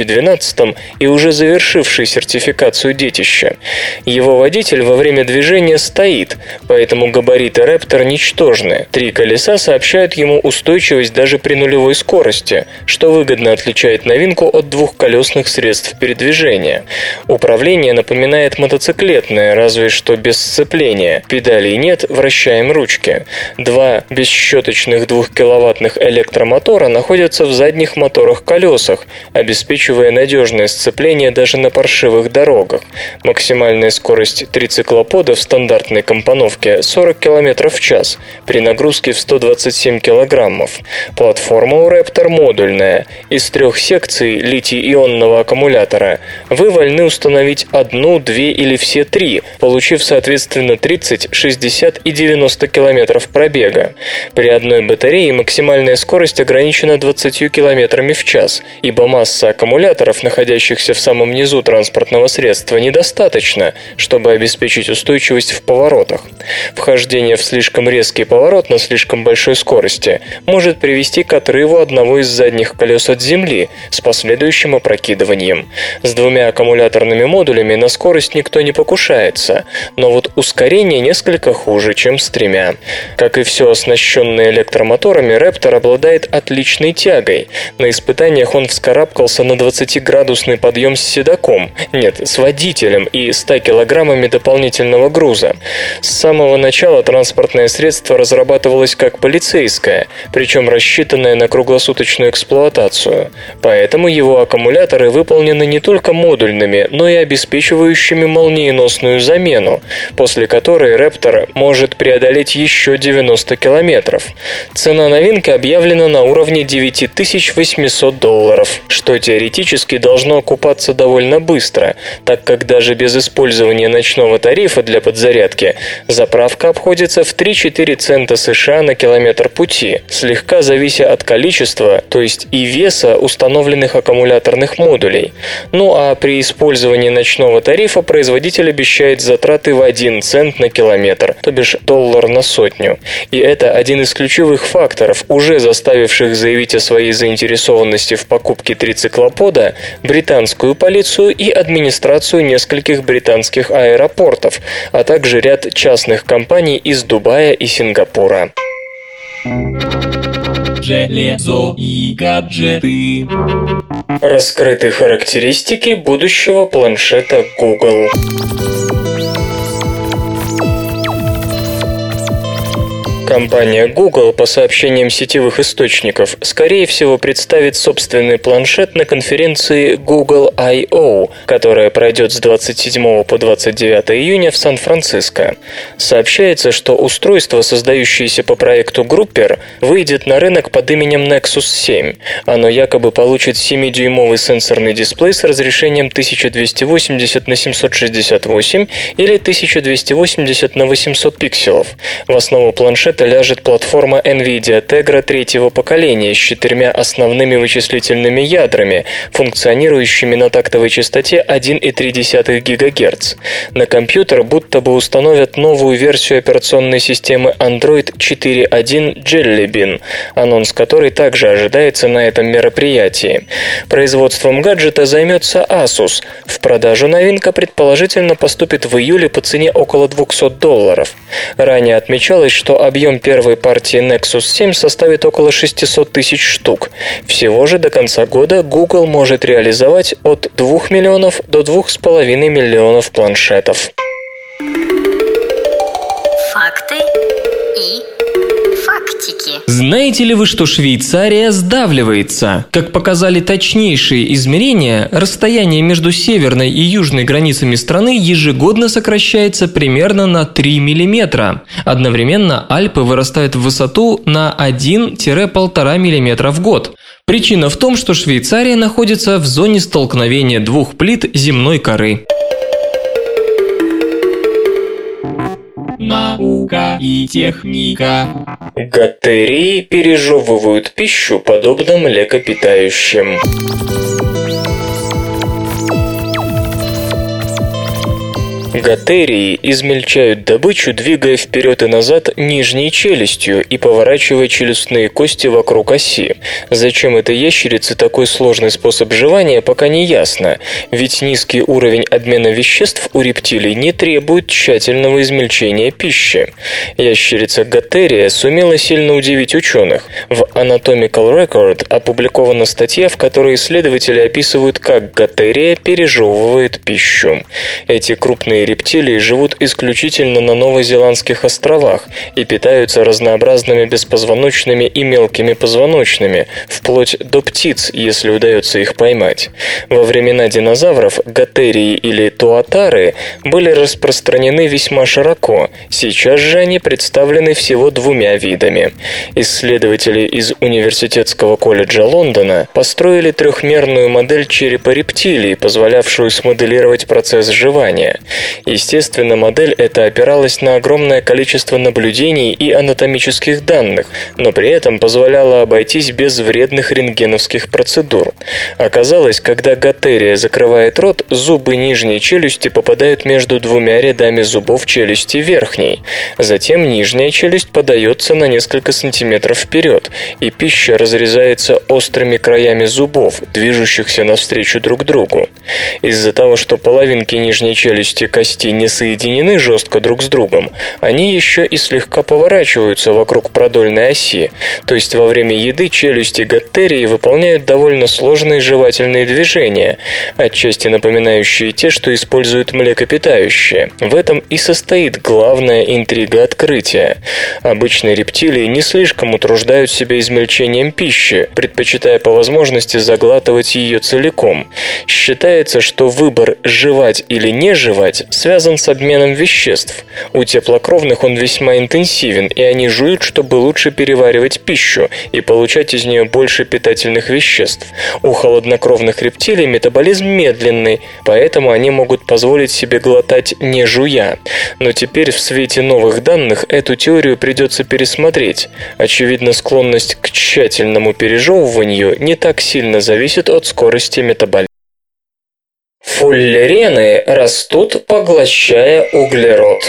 2012 и уже завершивший сертификацию детища. Его водитель во время движения стоит, поэтому габариты Raptor ничтожны. 3 колеса сообщают ему устойчивость даже при нулевой скорости, что выгодно отличает новинку от двухколесных средств передвижения. Управление напоминает мотоциклетное, разве что без сцепления. Педалей нет, вращаем ручки. 2 бесщеточных 2-киловаттных электромотора находятся в задних моторах-колесах, обеспечивая надежное сцепление даже на паршивых дорогах. Максимальная скорость трициклопода в стандартной компоновке 40 км в час при нагрузке в 127 кг. Платформа у Raptor модульная. Из 3 секций литий-ионного аккумулятора вы вольны установить 1, 2 или все 3, получив соответственно 30, 60 и 90 км пробега. При одной батарее максимальная скорость ограничена 20 км в час, ибо масса аккумуляторов, находящихся в самом низу транспортного средства, недостаточно, чтобы обеспечить устойчивость в поворотах. Вхождение в слишком резкий поворот на слишком большой скорости может привести к отрыву одного из задних колес от земли с последующим опрокидыванием. С 2 аккумуляторными модулями на скорость никто не покушается, но вот ускорение несколько хуже, чем с 3. Как и все оснащенное электромоторами, Raptor обладает отличной тягой. На испытаниях он вскарабкался на 20-градусный подъем с седаком, с водителем и 100 килограммами дополнительного груза. С самого начала транспортное средство разрабатывалось как полицейское, причем рассчитанное на круглосуточную эксплуатацию. Поэтому его аккумуляторы выполнены не только модульными, но и обеспечивающими молниеносную замену, после которой Raptor может преодолеть еще 90 километров. Цена новинки объявлена на уровне $9800, что теоретически должно окупаться довольно быстро, так как даже без использования ночного тарифа для подзарядки заправка обходится в 3-4 цента США на километр пути, слегка завися от количества, то есть и веса установленных аккумуляторных модулей. Ну а при использовании ночного тарифа производитель обещает затраты в 1 цент на километр, то бишь $1 на сотню. И это один из ключевых факторов, уже заставивших заявить о своей заинтересованности в покупке трициклопода британскую полицию и администрацию нескольких британских аэропортов, а также ряд частных компаний из Дубая и Сингапура. Железо и гаджеты. Раскрыты характеристики будущего планшета Google. Компания Google, по сообщениям сетевых источников, скорее всего представит собственный планшет на конференции Google I/O, которая пройдет с 27 по 29 июня в Сан-Франциско. Сообщается, что устройство, создающееся по проекту Grouper, выйдет на рынок под именем Nexus 7. Оно якобы получит 7-дюймовый сенсорный дисплей с разрешением 1280 на 768 или 1280 на 800 пикселов. В основу планшета ляжет платформа NVIDIA Tegra 3-го поколения с 4 основными вычислительными ядрами, функционирующими на тактовой частоте 1,3 ГГц. На компьютер будто бы установят новую версию операционной системы Android 4.1 Jelly Bean, анонс которой также ожидается на этом мероприятии. Производством гаджета займется Asus. В продажу новинка предположительно поступит в июле по цене около $200. Ранее отмечалось, что объем объем первой партии Nexus 7 составит около 600 тысяч штук. Всего же до конца года Google может реализовать от 2 миллионов до 2,5 миллионов планшетов. Факты и фактики. Знаете ли вы, что Швейцария сдавливается? Как показали точнейшие измерения, расстояние между северной и южной границами страны ежегодно сокращается примерно на 3 мм. Одновременно Альпы вырастают в высоту на 1-1,5 мм в год. Причина в том, что Швейцария находится в зоне столкновения двух плит земной коры. Наука и техника. Гаттерии пережевывают пищу, подобно млекопитающим. Гаттерии измельчают добычу, двигая вперед и назад нижней челюстью и поворачивая челюстные кости вокруг оси. Зачем этой ящерице такой сложный способ жевания, пока не ясно, ведь низкий уровень обмена веществ у рептилий не требует тщательного измельчения пищи. Ящерица Гаттерия сумела сильно удивить ученых. В Anatomical Record опубликована статья, в которой исследователи описывают, как Гаттерия пережевывает пищу. Эти крупные рептилии живут исключительно на Новозеландских островах и питаются разнообразными беспозвоночными и мелкими позвоночными, вплоть до птиц, если удается их поймать. Во времена динозавров гаттерии или туатары были распространены весьма широко, сейчас же они представлены всего 2 видами. Исследователи из Университетского колледжа Лондона построили трехмерную модель черепа рептилий, позволявшую смоделировать процесс жевания. Естественно, модель эта опиралась на огромное количество наблюдений и анатомических данных, но при этом позволяла обойтись без вредных рентгеновских процедур. Оказалось, когда гаттерия закрывает рот, зубы нижней челюсти попадают между 2 рядами зубов челюсти верхней. Затем нижняя челюсть подается на несколько сантиметров вперед, и пища разрезается острыми краями зубов, движущихся навстречу друг другу. Из-за того, что половинки нижней челюсти кости не соединены жестко друг с другом, они еще и слегка поворачиваются вокруг продольной оси, то есть во время еды челюсти гаттерии выполняют довольно сложные жевательные движения, отчасти напоминающие те, что используют млекопитающие. В этом и состоит главная интрига открытия. Обычные рептилии не слишком утруждают себя измельчением пищи, предпочитая по возможности заглатывать ее целиком. Считается, что выбор жевать или не жевать связан с обменом веществ. У теплокровных он весьма интенсивен, и они жуют, чтобы лучше переваривать пищу и получать из нее больше питательных веществ. У холоднокровных рептилий метаболизм медленный, поэтому они могут позволить себе глотать не жуя. Но теперь в свете новых данных эту теорию придется пересмотреть. Очевидно, склонность к тщательному пережевыванию не так сильно зависит от скорости метаболизма. Фуллерены растут, поглощая углерод.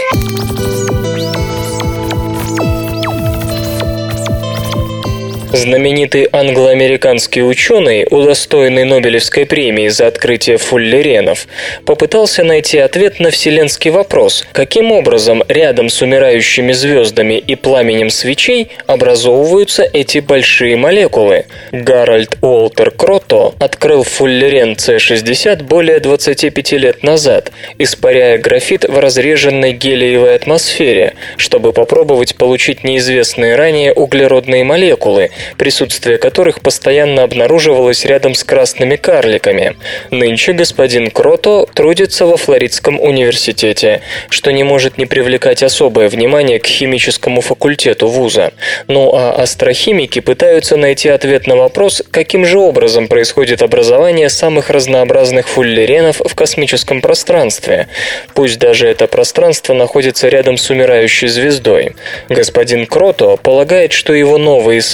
Знаменитый англо-американский ученый, удостоенный Нобелевской премии за открытие фуллеренов, попытался найти ответ на вселенский вопрос, каким образом рядом с умирающими звездами и пламенем свечей образовываются эти большие молекулы. Гарольд Уолтер Крото открыл фуллерен С60 более 25 лет назад, испаряя графит в разреженной гелиевой атмосфере, чтобы попробовать получить неизвестные ранее углеродные молекулы, присутствие которых постоянно обнаруживалось рядом с красными карликами. Нынче господин Крото трудится во Флоридском университете, что не может не привлекать особое внимание к химическому факультету вуза. Ну а астрохимики пытаются найти ответ на вопрос, каким же образом происходит образование самых разнообразных фуллеренов в космическом пространстве, пусть даже это пространство находится рядом с умирающей звездой. Господин Крото полагает, что его новые исследования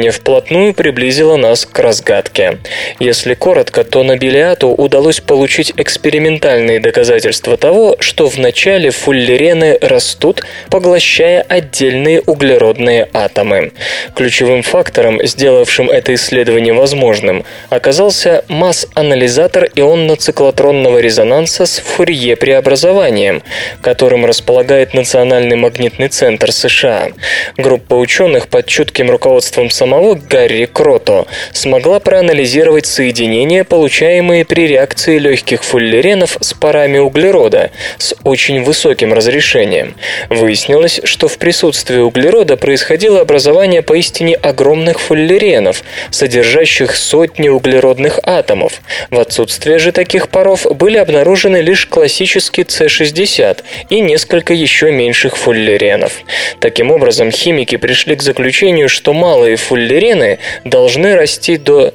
исследование вплотную приблизило нас к разгадке. Если коротко, то Нобелиату удалось получить экспериментальные доказательства того, что вначале фуллерены растут, поглощая отдельные углеродные атомы. Ключевым фактором, сделавшим это исследование возможным, оказался масс-анализатор ионно-циклотронного резонанса с Фурье-преобразованием, которым располагает Национальный магнитный центр США. Группа ученых под чутким руководством самого Гарри Крото смогла проанализировать соединения, получаемые при реакции легких фуллеренов с парами углерода с очень высоким разрешением. Выяснилось, что в присутствии углерода происходило образование поистине огромных фуллеренов, содержащих сотни углеродных атомов. В отсутствие же таких паров были обнаружены лишь классический С60 и несколько еще меньших фуллеренов. Таким образом, химики пришли к заключению, что малые фуллерены должны расти до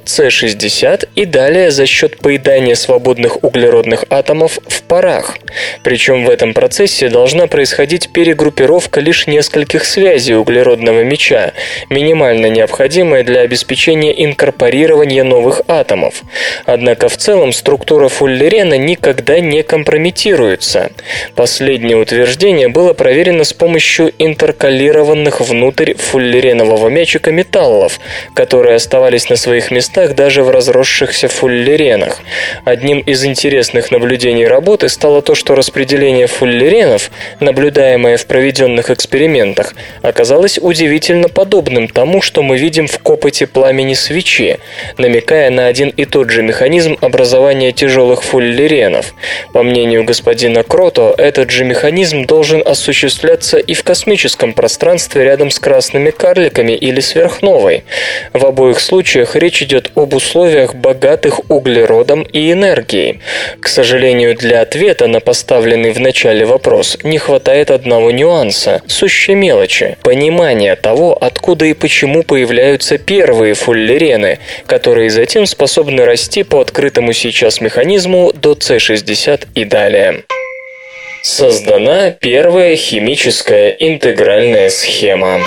С60 и далее за счет поедания свободных углеродных атомов в парах. Причем в этом процессе должна происходить перегруппировка лишь нескольких связей углеродного мяча, минимально необходимая для обеспечения инкорпорирования новых атомов. Однако в целом структура фуллерена никогда не компрометируется. Последнее утверждение было проверено с помощью интеркалированных внутрь фуллеренового мячика металлов, которые оставались на своих местах даже в разросшихся фуллеренах. Одним из интересных наблюдений работы стало то, что распределение фуллеренов, наблюдаемое в проведенных экспериментах, оказалось удивительно подобным тому, что мы видим в копоте пламени свечи, намекая на один и тот же механизм образования тяжелых фуллеренов. По мнению господина Крото, этот же механизм должен осуществляться и в космическом пространстве рядом с красными карликами или сверхновой. В обоих случаях речь идет об условиях, богатых углеродом и энергией. К сожалению, для ответа на поставленный в начале вопрос не хватает одного нюанса, сущей мелочи – понимания того, откуда и почему появляются первые фуллерены, которые затем способны расти по открытому сейчас механизму до С60 и далее. Создана первая химическая интегральная схема.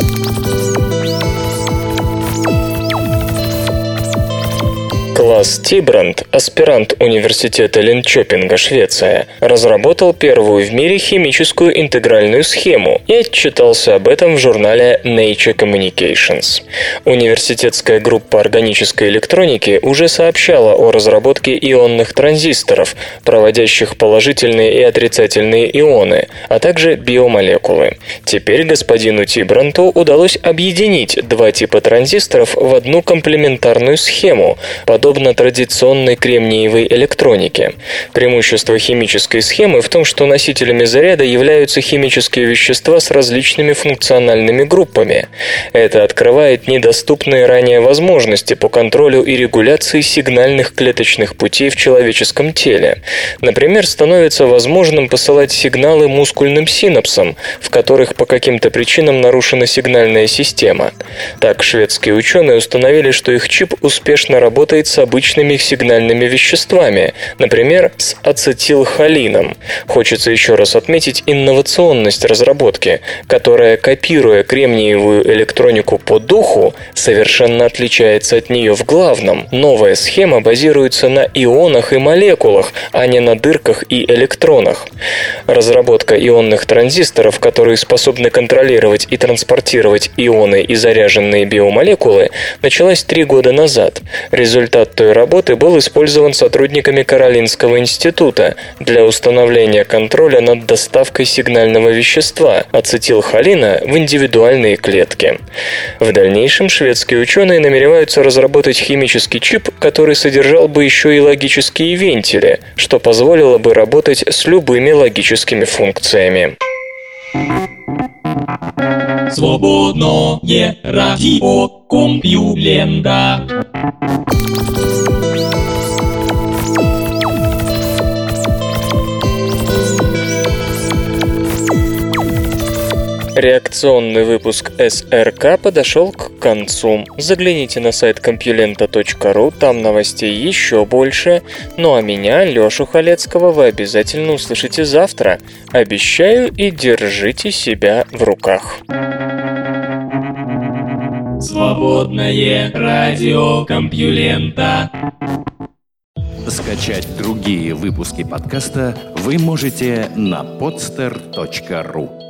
Клас Тибранд, аспирант университета Линкопинга, Швеция, разработал первую в мире химическую интегральную схему и отчитался об этом в журнале Nature Communications. Университетская группа органической электроники уже сообщала о разработке ионных транзисторов, проводящих положительные и отрицательные ионы, а также биомолекулы. Теперь господину Тибранту удалось объединить два типа транзисторов в одну комплементарную схему, подобно традиционной кремниевой электронике. Преимущество химической схемы в том, что носителями заряда являются химические вещества с различными функциональными группами. Это открывает недоступные ранее возможности по контролю и регуляции сигнальных клеточных путей в человеческом теле. Например, становится возможным посылать сигналы мускульным синапсам, в которых по каким-то причинам нарушена сигнальная система. Так, шведские ученые установили, что их чип успешно работает с обычными сигнальными веществами, например, с ацетилхолином. Хочется еще раз отметить инновационность разработки, которая, копируя кремниевую электронику по духу, совершенно отличается от нее в главном. Новая схема базируется на ионах и молекулах, а не на дырках и электронах. Разработка ионных транзисторов, которые способны контролировать и транспортировать ионы и заряженные биомолекулы, началась 3 года назад. Результат той работы был использован сотрудниками Каролинского института для установления контроля над доставкой сигнального вещества ацетилхолина в индивидуальные клетки. В дальнейшем шведские ученые намереваются разработать химический чип, который содержал бы еще и логические вентили, что позволило бы работать с любыми логическими функциями. Свободное радио Компьюлента. Реакционный выпуск СРК подошел к концу. Загляните на сайт compulenta.ru, там новостей еще больше. Ну а меня, Лешу Халецкого, вы обязательно услышите завтра. Обещаю, и держите себя в руках. Свободное радио Компьюлента. Скачать другие выпуски подкаста вы можете на podster.ru.